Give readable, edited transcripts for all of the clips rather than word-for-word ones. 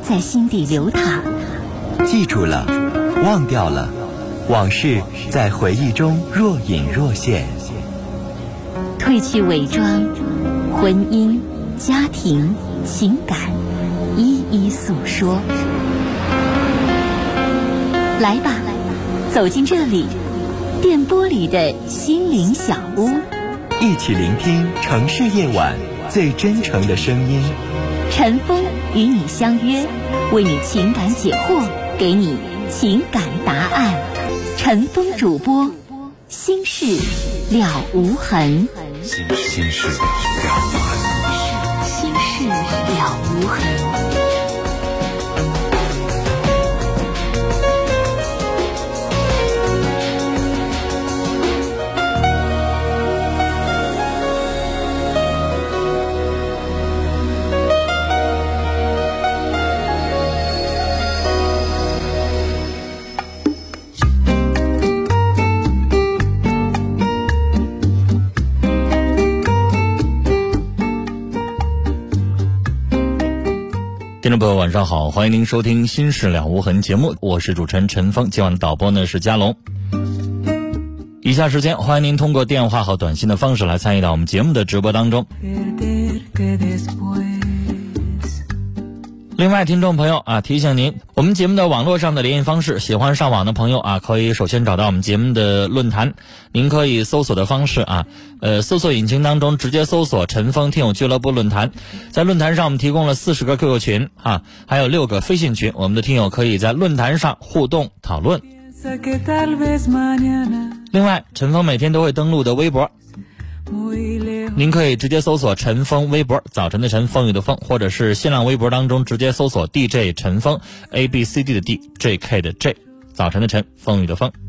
在心底流淌。 记住了，忘掉了，往事在回忆中若隐若现。 褪去伪装，婚姻、家庭、情感，一一诉说。来吧，走进这里，电波里的心灵小屋， 一起聆听城市夜晚最真诚的声音。 陈峰与你相约，为你情感解惑，给你情感答案。陈峰主播，心事了无痕。 心事了无痕。 心事了无痕。 听众朋友晚上好，欢迎您收听心事了无痕节目，我是主持人陈峰，今晚的导播呢是嘉龙。以下时间欢迎您通过电话和短信的方式来参与到我们节目的直播当中。另外听众朋友提醒您，我们节目的网络上的联系方式，喜欢上网的朋友可以首先找到我们节目的论坛，您可以搜索的方式搜索引擎当中直接搜索陈峰听友俱乐部论坛，在论坛上我们提供了40个 QQ 群还有6个飞信群，我们的听友可以在论坛上互动讨论。另外陈峰每天都会登录的微博，您可以直接搜索陈峰微博，早晨的晨，风雨的风，或者是新浪微博当中直接搜索 DJ 陈峰 ABCD 的 D，JK 的 J， 早晨的晨，风雨的风。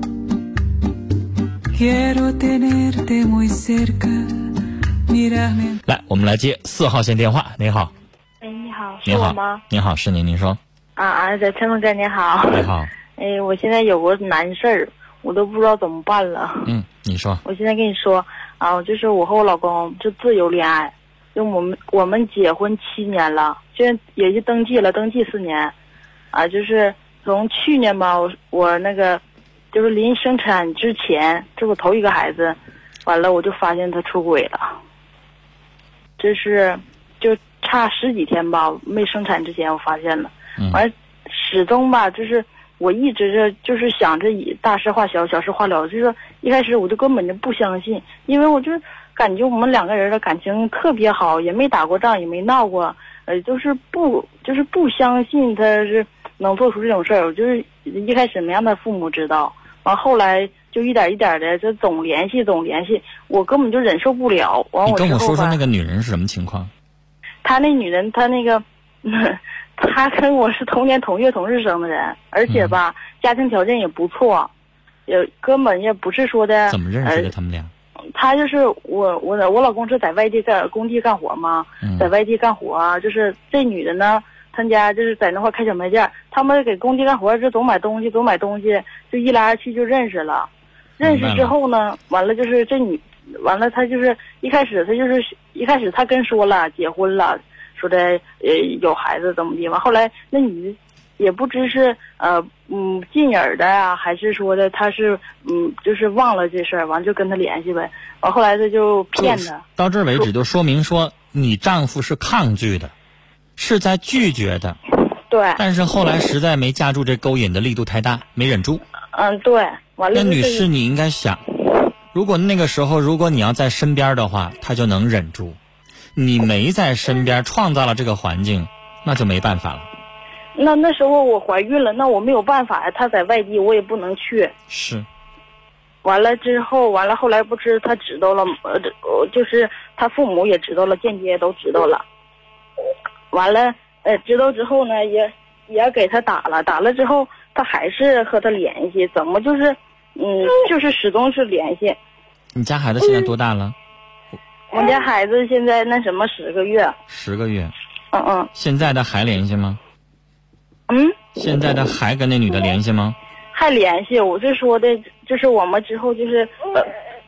来，我们来接4号线电话。你好。 你好， 你好是我吗？ 你好，是您说。 陈峰哥你好。 你好。 我现在有个难事儿，我都不知道怎么办了。 你说。 我现在跟你说就是我和我老公就自由恋爱，就我们结婚7年了，现在也就登记4年，就是从去年吧，我那个就是临生产之前，这是我头一个孩子，完了我就发现他出轨了，这是就差10几天吧，没生产之前我发现了，完了始终吧，就是我一直就是想着以大事化小，小事化了，就是一开始我就根本就不相信，因为我就感觉我们2个人的感情特别好，也没打过仗，也没闹过，就是不相信他是能做出这种事儿。我就是一开始没让他父母知道，完后来就一点一点的就总联系，我根本就忍受不了。完你跟我说说那个女人是什么情况？ 她那女人，她那个。他跟我是同年同月同日生的人，而且吧，家庭条件也不错，也根本也不是说的。 怎么认识的他们俩？ 他就是我老公是在外地工地干活嘛，在外地干活，就是这女的呢，他家就是在那块开小卖店，他们给工地干活就总买东西，就一来二去就认识了。认识之后呢，完了就是完了他就是一开始他跟说了结婚了。说的有孩子怎么地嘛，后来那女也不知是进影的呀，还是说的他是就是忘了这事儿，完就跟他联系呗，完后来他就骗他。 到这儿为止就说明说你丈夫是抗拒的，是在拒绝的。 对。 但是后来实在没架住这勾引的力度太大，没忍住。 对。完了。 那女士你应该想，如果那个时候如果你要在身边的话，他就能忍住。你没在身边创造了这个环境，那就没办法了。 那时候我怀孕了，那我没有办法呀，他在外地我也不能去。 是。 完了之后，后来不知他知道了，就是他父母也知道了，间接都知道了。完了，知道之后呢，也给他打了之后，他还是和他联系，怎么就是就是始终是联系。 你家孩子现在多大了？ 我家孩子现在那什么10个月。 10个月。 现在的还联系吗？现在的还跟那女的联系吗？ 还联系，我是说的，就是我们之后就是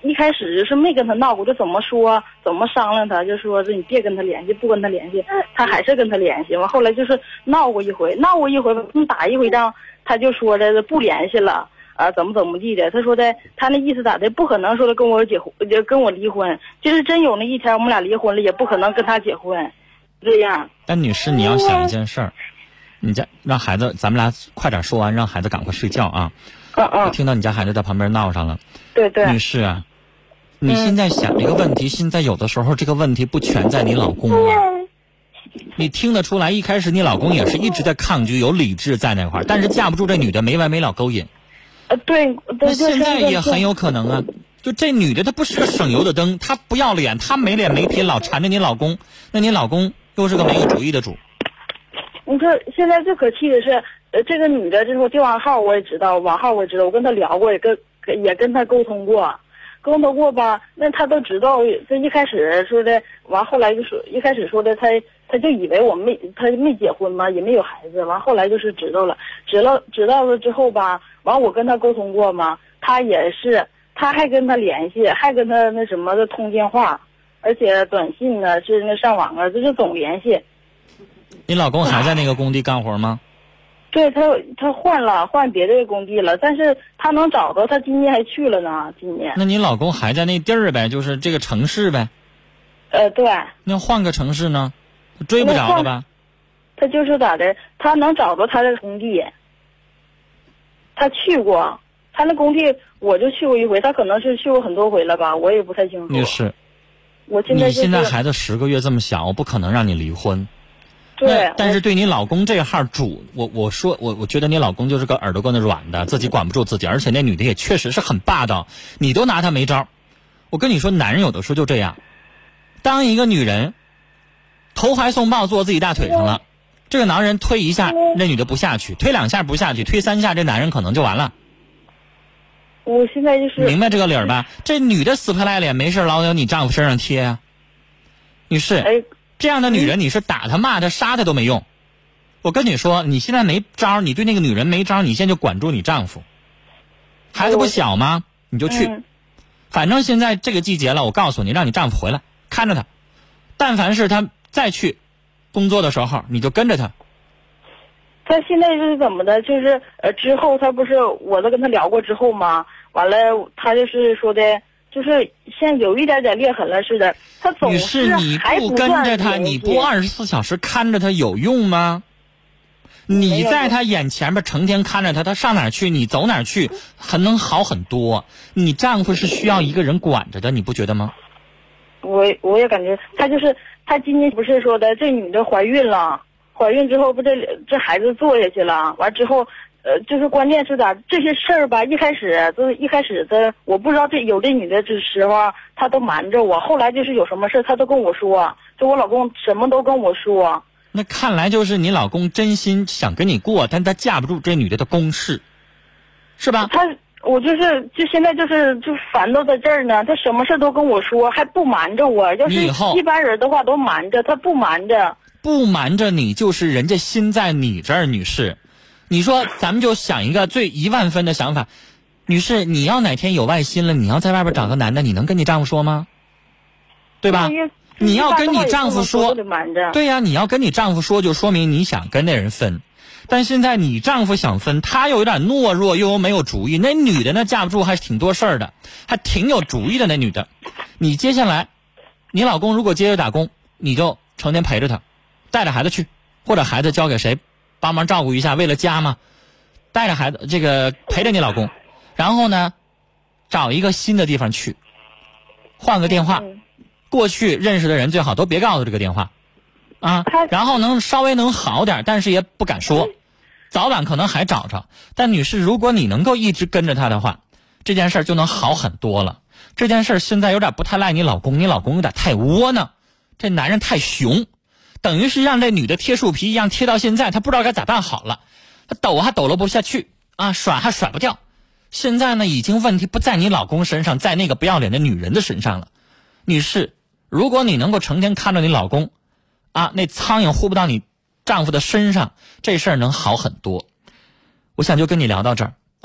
一开始是没跟他闹过，就怎么说怎么商量他，就说你别跟他联系，不跟他联系，他还是跟他联系。完后来就是闹过一回，打一回仗，他就说的不联系了。怎么地的？他说的，他那意思咋的？不可能说的跟我结婚，就跟我离婚。就是真有那一天我们俩离婚了，也不可能跟他结婚，这样。 但女士，你要想一件事儿，你家让孩子，咱们俩快点说完，让孩子赶快睡觉啊。我听到你家孩子在旁边闹上了。 对对。 女士啊，你现在想一个问题，现在有的时候这个问题不全在你老公啊。你听得出来，一开始你老公也是一直在抗拒，有理智在那块儿，但是架不住这女的没完没了勾引。 对， 那现在也很有可能啊，就这女的她不是个省油的灯，她不要脸，她没脸没皮，老缠着你老公，那你老公又是个没有主意的主。 你说现在最可气的是，这个女的，这我电话号我也知道，网号我也知道，我跟她聊过，也跟她沟通过吧，那她都知道。这一开始说的，完后来就说一开始说的，她就以为她没结婚嘛，也没有孩子，完后来就是知道了之后吧，完我跟她沟通过嘛，她也是，她还跟她联系，还跟她那什么的通电话，而且短信呢是那上网啊，就是总联系。 你老公还在那个工地干活吗？ 对，他换别的工地了，但是他能找到，他今年还去了呢。今年。那你老公还在那地儿呗，就是这个城市呗。 对。 那换个城市呢？追不着了吧？ 他就是咋的？他能找到他的工地，他去过，他那工地我就去过一回，他可能是去过很多回了吧，我也不太清楚。 女士， 你现在孩子10个月这么小，我不可能让你离婚。 对， 但是对你老公这号主，我觉得你老公就是个耳朵根子软的，自己管不住自己，而且那女的也确实是很霸道，你都拿她没招。我跟你说，男人有的时候就这样，当一个女人投怀送抱坐自己大腿上了，这个男人推一下，那女的不下去，推2下不下去，推3下，这男人可能就完了。 我现在就是明白这个理儿吧？这女的死皮赖脸，没事老往你丈夫身上贴啊。女士，这样的女人，你是打她、骂她、杀她都没用。我跟你说，你现在没招，你对那个女人没招，你现在就管住你丈夫。孩子不小吗？你就去。反正现在这个季节了，我告诉你，让你丈夫回来看着他。但凡是他再去工作的时候，你就跟着他。 他现在是怎么的？就是之后他不是我都跟他聊过之后吗？完了，他就是说的。就是现在有一点点裂痕了似的，他总是你不跟着他，你不24小时看着他有用吗？你在他眼前边成天看着他，他上哪儿去你走哪儿去，还能好很多。你丈夫是需要一个人管着的，你不觉得吗？ 我也感觉他就是他今年不是说的这女的怀孕了，怀孕之后不这孩子坐下去了，完之后。就是关键是咋这些事儿吧，一开始的我不知道这女的这时候她都瞒着我，后来就是有什么事她都跟我说，就我老公什么都跟我说。 那看来就是你老公真心想跟你过，但他架不住这女的的攻势，是吧？ 我就现在就烦到在这儿呢，他什么事都跟我说，还不瞒着我。要是一般人的话都瞒着，他不瞒着。 不瞒着你，就是人家心在你这儿，女士。你说咱们就想一个最10000分的想法，女士，你要哪天有外心了，你要在外边找个男的，你能跟你丈夫说吗？对吧？你要跟你丈夫说，对呀，你要跟你丈夫说，就说明你想跟那人分。但现在你丈夫想分，他又有点懦弱，又没有主意。那女的呢，架不住还挺多事儿的，还挺有主意的那女的。你接下来，你老公如果接着打工，你就成天陪着他，带着孩子去，或者孩子交给谁？帮忙照顾一下，为了家嘛，带着孩子这个陪着你老公，然后呢，找一个新的地方去，换个电话，过去认识的人最好都别告诉这个电话，啊，然后稍微能好点，但是也不敢说，早晚可能还找着。但女士，如果你能够一直跟着他的话，这件事就能好很多了。这件事现在有点不太赖你老公，你老公有点太窝囊，这男人太熊。等于是让这女的贴树皮一样贴到现在，她不知道该咋办好了，她抖还抖了不下去啊，甩还甩不掉。现在呢，已经问题不在你老公身上，在那个不要脸的女人的身上了。女士，如果你能够成天看着你老公啊，那苍蝇呼不到你丈夫的身上，这事儿能好很多。我想就跟你聊到这儿啊，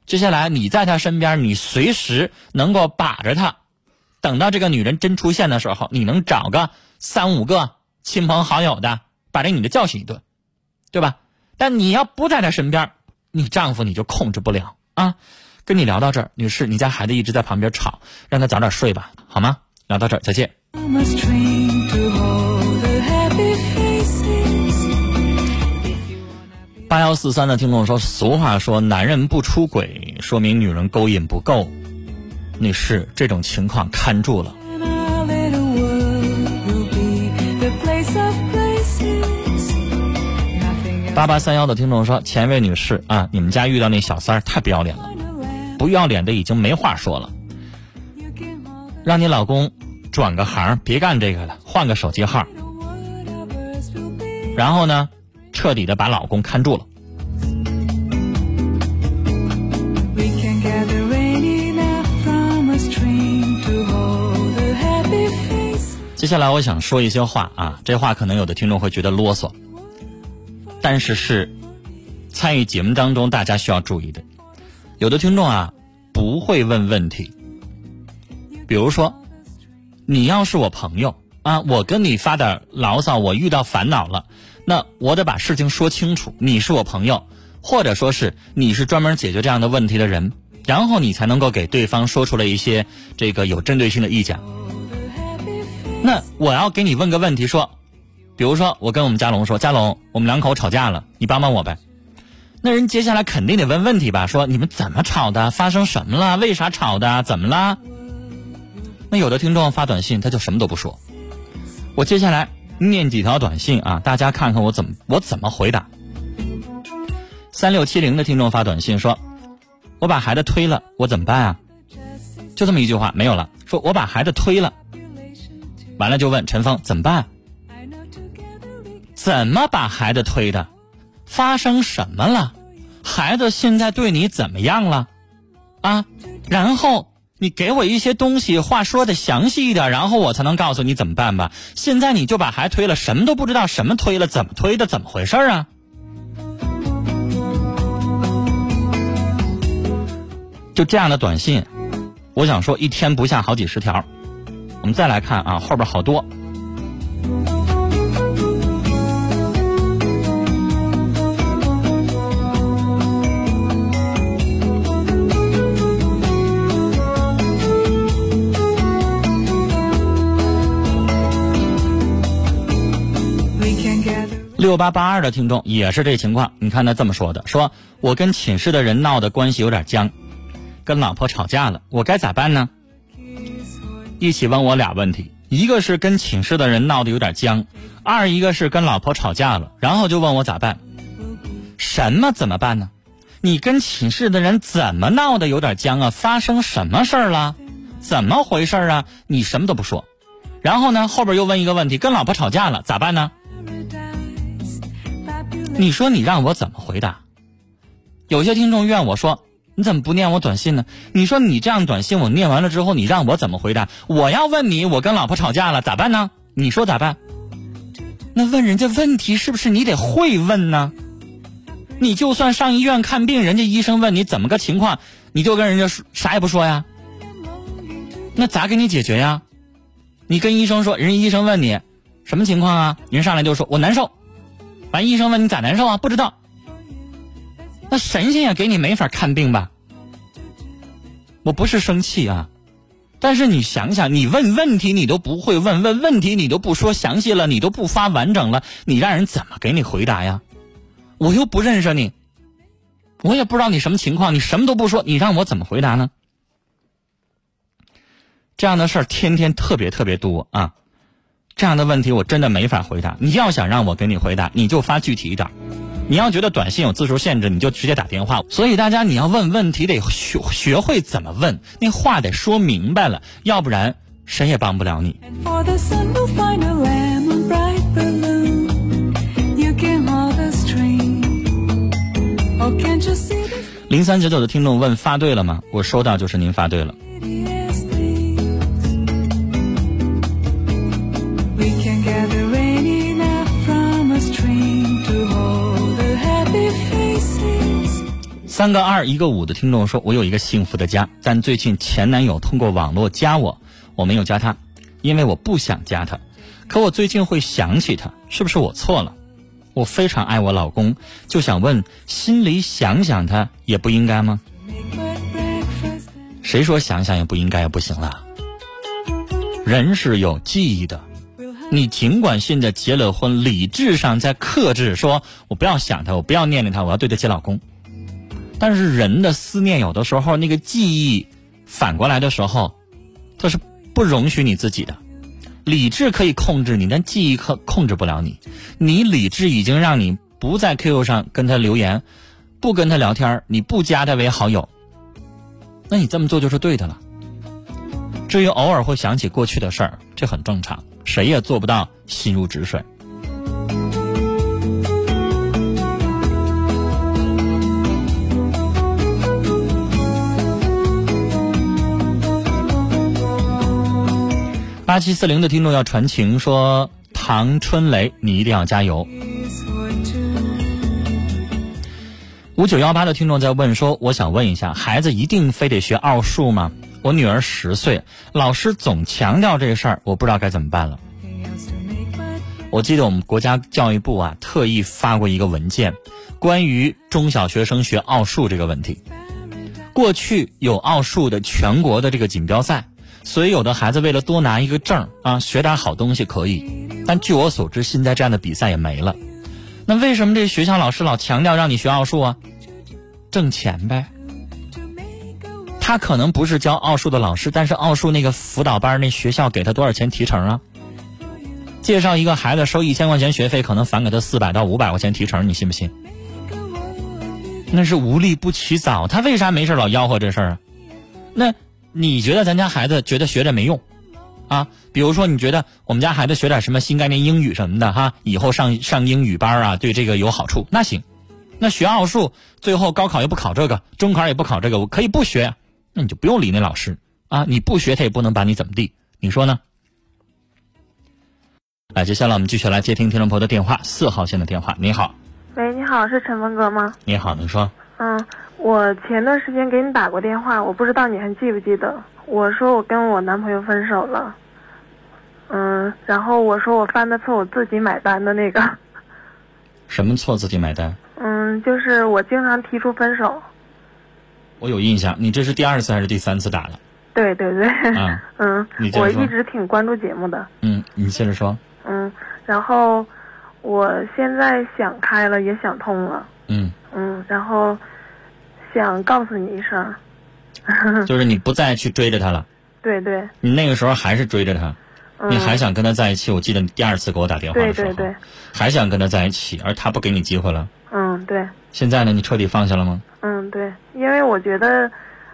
接下来你在他身边，你随时能够把着他，等到这个女人真出现的时候，你能找个3、5个亲朋好友的把这女的教训一顿，对吧？但你要不在他身边，你丈夫你就控制不了啊。跟你聊到这儿，女士，你家孩子一直在旁边吵，让他早点睡吧，好吗？聊到这儿，再见。8143的听众说，俗话说男人不出轨，说明女人勾引不够。女士，这种情况看住了。8831的听众说，前一位女士啊，你们家遇到那小三儿太不要脸了，不要脸的已经没话说了，让你老公转个行，别干这个了，换个手机号，然后呢彻底的把老公看住了。接下来我想说一些话啊，这话可能有的听众会觉得啰嗦，但是参与节目当中大家需要注意的。有的听众啊不会问问题，比如说你要是我朋友啊，我跟你发点牢骚，我遇到烦恼了，那我得把事情说清楚，你是我朋友，或者说是你是专门解决这样的问题的人，然后你才能够给对方说出了一些这个有针对性的意见。那我要给你问个问题，说比如说我跟我们家龙说，家龙，我们2口吵架了，你帮帮我呗。那人接下来肯定得问问题吧，说你们怎么吵的，发生什么了，为啥吵的，怎么了。那有的听众发短信他就什么都不说，我接下来念几条短信啊，大家看看我怎么回答。3670的听众发短信说，我把孩子推了，我怎么办啊？就这么一句话，没有了。说我把孩子推了，完了就问陈峰怎么办？怎么把孩子推的？发生什么了？孩子现在对你怎么样了？啊，然后你给我一些东西，话说的详细一点，然后我才能告诉你怎么办吧。现在你就把孩子推了，什么都不知道，什么推了，怎么推的，怎么回事啊？就这样的短信，我想说一天不下好几十条。我们再来看啊，后边好多。6882的听众也是这情况，你看他这么说的，说我跟寝室的人闹的关系有点僵，跟老婆吵架了，我该咋办呢？一起问我俩问题，一个是跟寝室的人闹得有点僵，一个是跟老婆吵架了，然后就问我咋办。什么怎么办呢？你跟寝室的人怎么闹得有点僵啊？发生什么事儿了？怎么回事啊？你什么都不说，然后呢后边又问一个问题，跟老婆吵架了咋办呢？你说你让我怎么回答？有些听众怨我说，你怎么不念我短信呢？你说你这样短信我念完了之后，你让我怎么回答？我要问你，我跟老婆吵架了咋办呢？你说咋办？那问人家问题是不是你得会问呢？你就算上医院看病，人家医生问你怎么个情况，你就跟人家啥也不说呀？那咋给你解决呀？你跟医生说，人家医生问你什么情况啊？人上来就说我难受，完医生问你咋难受啊？不知道。那神仙也给你没法看病吧？我不是生气啊，但是你想想，你问问题你都不会问问题你都不说详细了，你都不发完整了，你让人怎么给你回答呀？我又不认识你，我也不知道你什么情况，你什么都不说，你让我怎么回答呢？这样的事儿天天特别多啊，这样的问题我真的没法回答。你要想让我给你回答，你就发具体一点。你要觉得短信有字数限制，你就直接打电话。所以大家你要问问题得学会怎么问，那话得说明白了，要不然谁也帮不了你。0399的听众问发对了吗？我收到，就是您发对了。 3个21个5的听众说，我有一个幸福的家，但最近前男友通过网络加我没有加他，因为我不想加他，可我最近会想起他，是不是我错了？我非常爱我老公，就想问，心里想想他也不应该吗？谁说想想也不应该也不行了？人是有记忆的，你尽管现在结了婚，理智上在克制，说我不要想他，我不要念念他，我要对得起老公。但是人的思念有的时候那个记忆反过来的时候，它是不容许你自己的。理智可以控制你，但记忆控制不了你。你理智已经让你不在 QQ 上跟他留言，不跟他聊天，你不加他为好友，那你这么做就是对的了。至于偶尔会想起过去的事儿，这很正常，谁也做不到心如止水。8740的听众要传情说，唐春雷你一定要加油。5918的听众在问说，我想问一下，孩子一定非得学奥数吗？我女儿10岁，老师总强调这事儿，我不知道该怎么办了。我记得我们国家教育部啊特意发过一个文件，关于中小学生学奥数这个问题。过去有奥数的全国的这个锦标赛，所以有的孩子为了多拿一个证啊，学点好东西可以，但据我所知，现在这样的比赛也没了。那为什么这学校老师老强调让你学奥数啊？挣钱呗。他可能不是教奥数的老师，但是奥数那个辅导班那学校给他多少钱提成啊？介绍一个孩子收1000块钱学费，可能返给他400到500块钱提成，你信不信？那是无利不起早，他为啥没事老吆喝这事儿啊？那你觉得咱家孩子觉得学着没用啊？比如说你觉得我们家孩子学点什么新概念英语什么的哈，以后上英语班啊，对这个有好处，那行。那学奥数最后高考也不考这个，中考也不考这个，我可以不学，那你就不用理那老师啊，你不学他也不能把你怎么地，你说呢？接下来我们继续来接听听众朋友的电话，4号线的电话。你好。 喂，你好，是陈峰哥吗？ 你好，你说。 我前段时间给你打过电话，我不知道你还记不记得。我说我跟我男朋友分手了，然后我说我犯的错我自己买单的那个。 什么错自己买单？ 就是我经常提出分手。 我有印象，你这是第2次还是第3次打了？ 对对对。 你接着说。 我一直挺关注节目的。 你接着说。 然后我现在想开了，也想通了。然后想告诉你一声。 就是你不再去追着他了。 对对。 你那个时候还是追着他，你还想跟他在一起。我记得你第2次给我打电话的时候， 对， 还想跟他在一起，而他不给你机会了。 对。 现在呢，你彻底放下了吗？ 对，因为我觉得，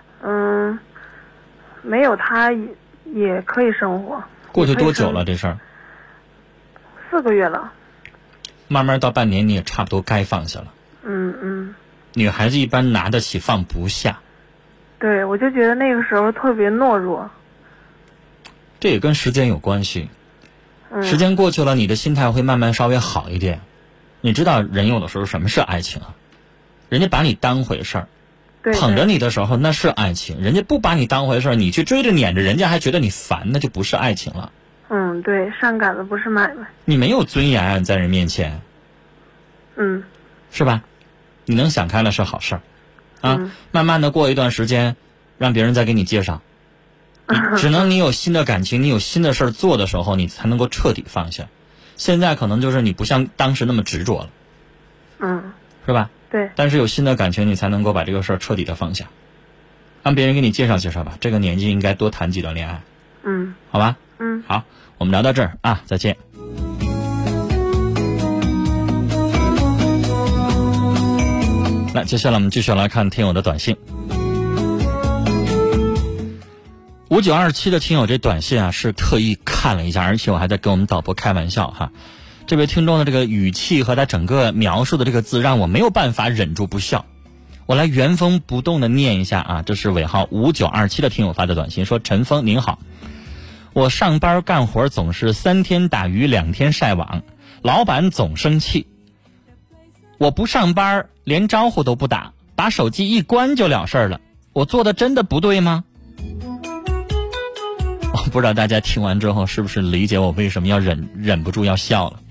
没有他也可以生活。 过去多久了这事儿 ？4个月了。 慢慢到半年，你也差不多该放下了。女孩子一般拿得起放不下。 对，我就觉得那个时候特别懦弱。 这也跟时间有关系。时间过去了，你的心态会慢慢稍微好一点。你知道人有的时候什么是爱情啊？人家把你当回事儿，捧着你的时候那是爱情，人家不把你当回事儿，你去追着撵着，人家还觉得你烦，那就不是爱情了。 对，上赶子不是买卖。 你没有尊严在人面前。是吧？你能想开了是好事儿啊。慢慢的过一段时间，让别人再给你介绍。只能你有新的感情，你有新的事儿做的时候，你才能够彻底放下。现在可能就是你不像当时那么执着了。是吧？ 对。 但是有新的感情，你才能够把这个事儿彻底的放下。让别人给你介绍介绍吧，这个年纪应该多谈几段恋爱。好吧。好，我们聊到这儿啊，再见。那接下来我们继续来看听友的短信。5927的听友这短信啊是特意看了一下，而且我还在跟我们导播开玩笑哈。这位听众的这个语气和他整个描述的这个字让我没有办法忍住不笑。我来原封不动的念一下啊，这是尾号5927的听友发的短信，说：陈峰您好，我上班干活总是3天打鱼2天晒网，老板总生气。我不上班连招呼都不打， 把手机一关就了事儿了，我做的真的不对吗？我不知道大家听完之后是不是理解我为什么要忍不住要笑了。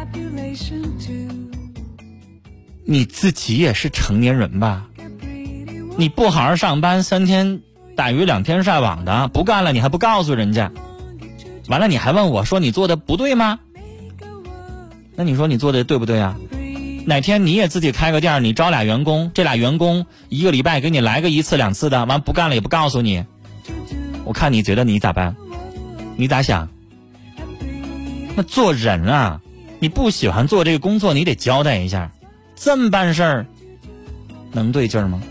你自己也是成年人吧，你不好好上班，3天打鱼2天晒网的，不干了你还不告诉人家，完了你还问我说你做的不对吗？那你说你做的对不对啊？哪天你也自己开个店，你招俩员工，这俩员工1个礼拜给你来个1次2次的，完不干了也不告诉你，我看你觉得你咋办？你咋想？那做人啊，你不喜欢做这个工作，你得交代一下，这么办事儿能对劲儿吗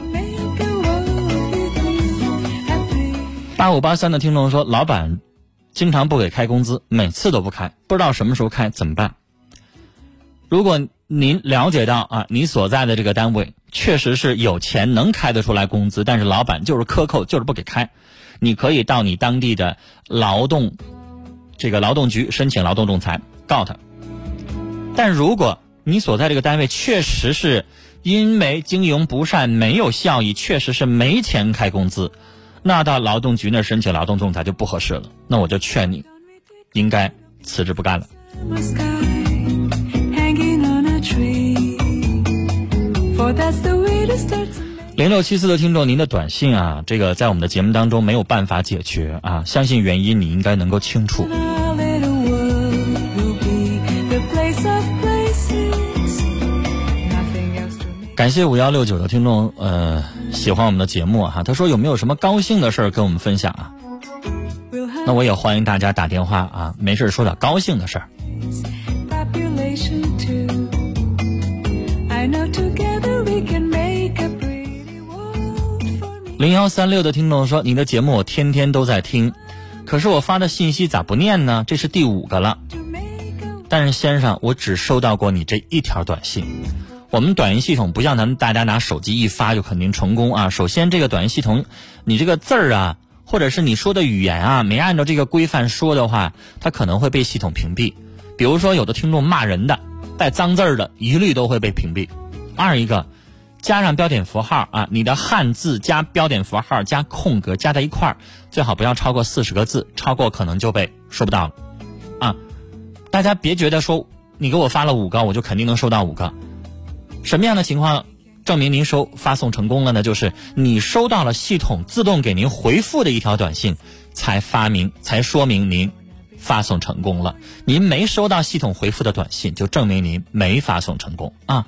？8583的听众说，老板经常不给开工资，每次都不开，不知道什么时候开，怎么办？如果您了解到啊，你所在的这个单位确实是有钱能开得出来工资，但是老板就是克扣，就是不给开，你可以到你当地的劳动局申请劳动仲裁，告他。但如果你所在这个单位确实是因为经营不善没有效益，确实是没钱开工资，那到劳动局那申请劳动仲裁就不合适了，那我就劝你应该辞职不干了。0674的听众，您的短信啊，这个在我们的节目当中没有办法解决啊，相信原因你应该能够清楚。感谢5169的听众喜欢我们的节目啊，他说有没有什么高兴的事儿跟我们分享啊？那我也欢迎大家打电话啊，没事说点高兴的事儿。0136的听众说，你的节目我天天都在听，可是我发的信息咋不念呢？这是第5个了。但是先生，我只收到过你这1条短信。我们短信系统不像咱们大家拿手机一发就肯定成功啊。首先这个短信系统，你这个字儿啊，或者是你说的语言啊，没按照这个规范说的话，它可能会被系统屏蔽。比如说有的听众骂人的，带脏字儿的，一律都会被屏蔽。二一个，加上标点符号啊，你的汉字加标点符号加空格加在一块儿，最好不要超过40个字，超过可能就被收不到了啊。大家别觉得说你给我发了5个，我就肯定能收到5个。什么样的情况证明您发送成功了呢？就是你收到了系统自动给您回复的1条短信，才说明您发送成功了。您没收到系统回复的短信，就证明您没发送成功啊。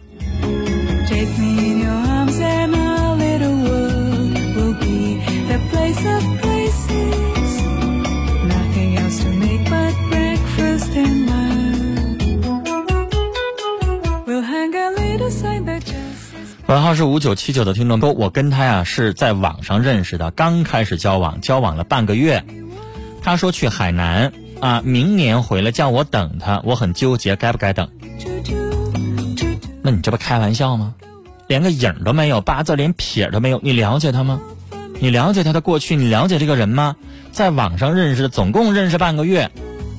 尾号是5979的听众说，我跟他呀是在网上认识的，刚开始交往了半个月。他说去海南啊，明年回来叫我等他，我很纠结该不该等。那你这不开玩笑吗？连个影都没有，8字连撇都没有，你了解他吗？你了解他的过去？你了解这个人吗？在网上认识，总共认识半个月，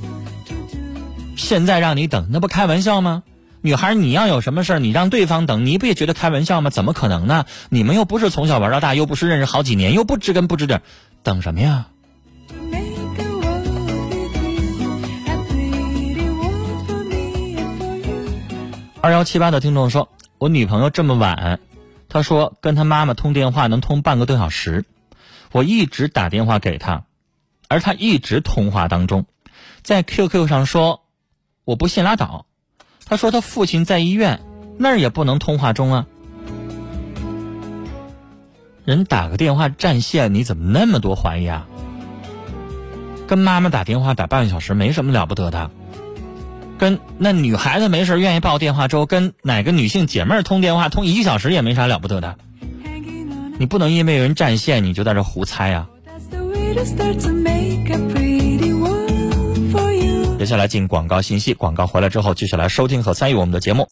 现在让你等，那不开玩笑吗？女孩，你要有什么事儿，你让对方等，你不也觉得开玩笑吗？怎么可能呢？你们又不是从小玩到大，又不是认识好几年，又不知根不知底，等什么呀？2178的听众说，我女朋友这么晚，她说跟她妈妈通电话能通半个多小时，我一直打电话给她，而她一直通话当中，在 QQ 上说我不信拉倒。他说他父亲在医院，那儿也不能通话中啊。人打个电话占线，你怎么那么多怀疑啊？跟妈妈打电话打半个小时没什么了不得的，跟那女孩子没事愿意报电话粥，跟哪个女性姐妹通电话通1个小时也没啥了不得的。你不能因为人占线你就在这胡猜啊。接下来进广告信息，广告回来之后继续来收听和参与我们的节目。